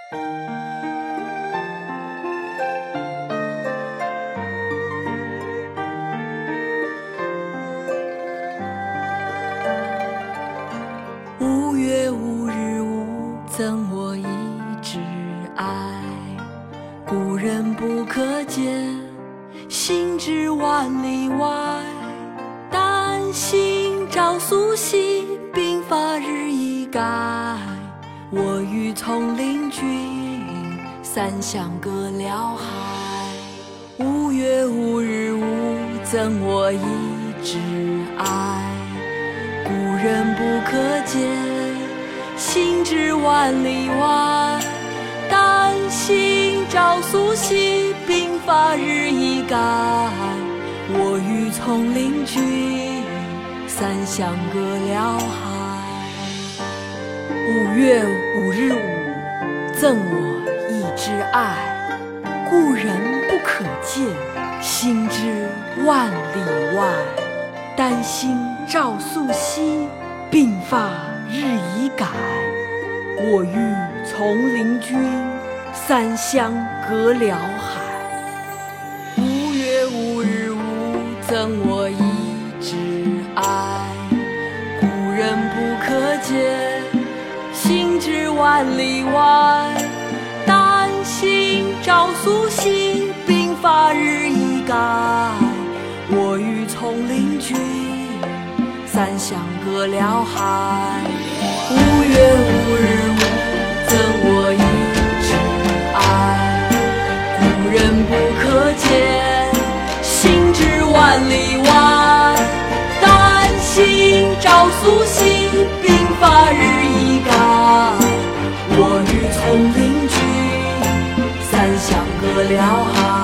无月无日无赠我一枝爱，故人不可见，行至万里外。丹心照素汐，鬓发日已改。我欲从灵君，三相隔辽海。无月无日无赠我一枝爱，故人不可见，行至万里外。丹心照素汐，鬓发日已改。我欲从灵君，三相隔辽海。五月五日五，赠我一枝爱，故人不可见，行至万里外。丹心照素汐，鬓发日已改。我欲从灵君，三相隔辽海。无月无日无赠我一枝爱，故人不可见，行至万里外。丹心照素汐，鬓发日已改。我欲从灵君，三相隔辽海。无月无日无赠我一枝爱，故人不可见，行至万里外。丹心照素汐，鬓发日已改。我欲从灵君，三相隔辽海。